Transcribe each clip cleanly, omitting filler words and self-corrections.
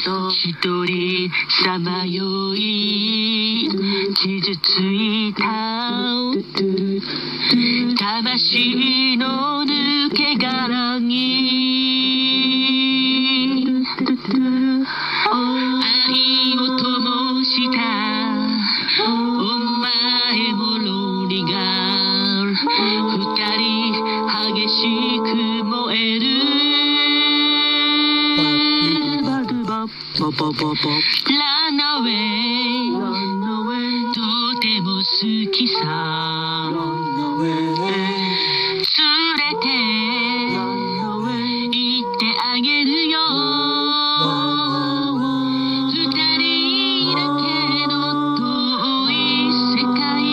一人さまよい傷ついた魂の抜け殻に愛を灯したお前もロリが二人激しく燃えるランナウェイとても好きさ連れて行ってあげるよ二人だけの遠い世界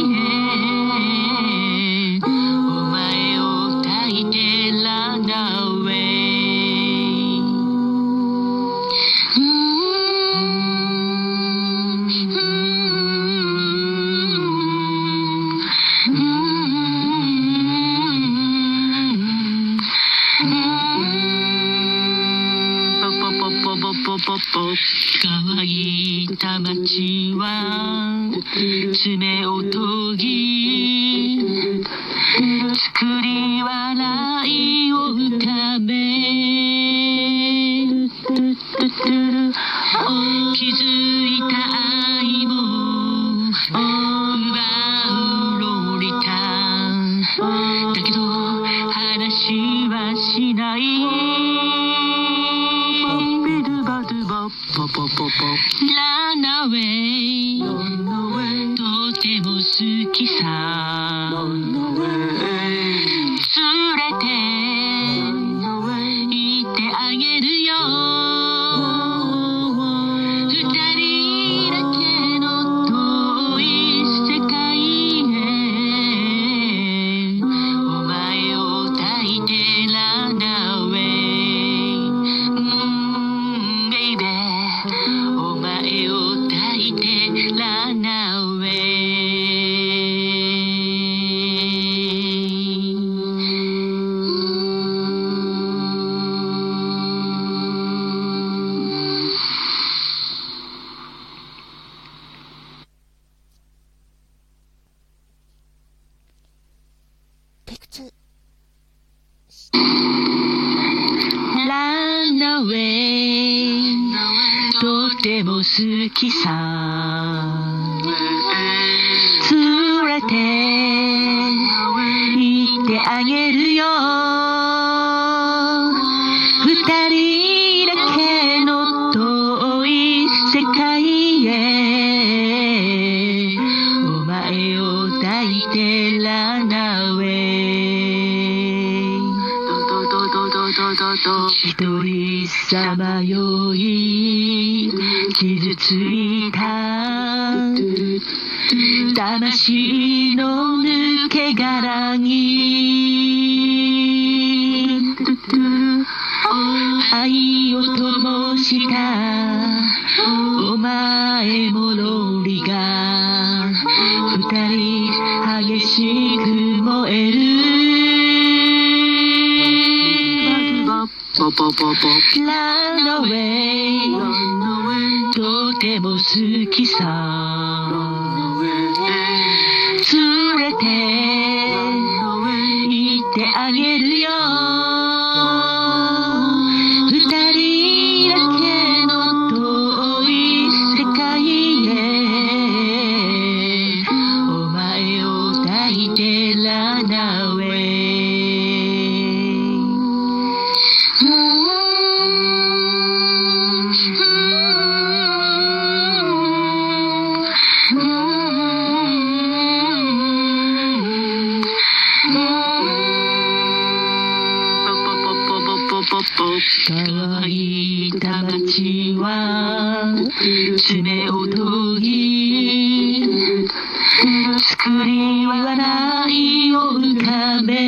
へお前を抱いてランナウェイ乾いた街は爪を研ぎ作り笑いを浮かべ気づいた愛も奪うロリタだけど話はしないランナウェイとても好きさ連れて行ってあげるよ二人だけの遠い世界へお前を抱いてランナウェイベイベーお前を抱いてランナウェイテク2 ランナウェイとても好きさ連れて行ってあげるよ二人だけの遠い世界へお前を抱いてランナウェイ一人さまよい傷ついた魂の抜け殻に愛を灯したお前もロリが二人激しく燃えるランナウェイとても好きさ連れて行ってあげるよ二人だけの遠い世界へお前を抱いてランナウェイ乾いた街は爪を研ぎ作り笑いを浮かべ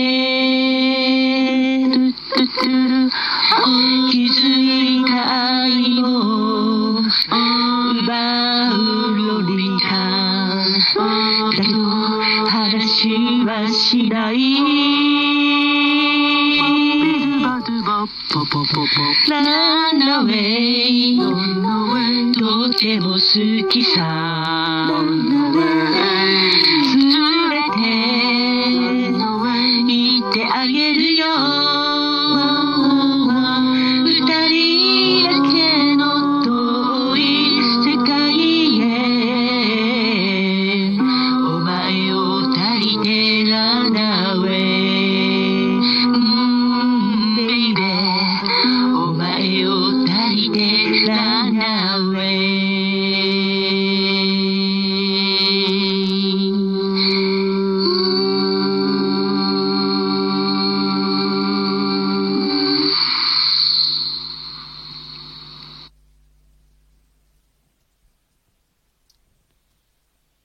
気づいた愛も奪うロリタだけど話はしないランナ the way とても好きさ連れて行ってあげるよ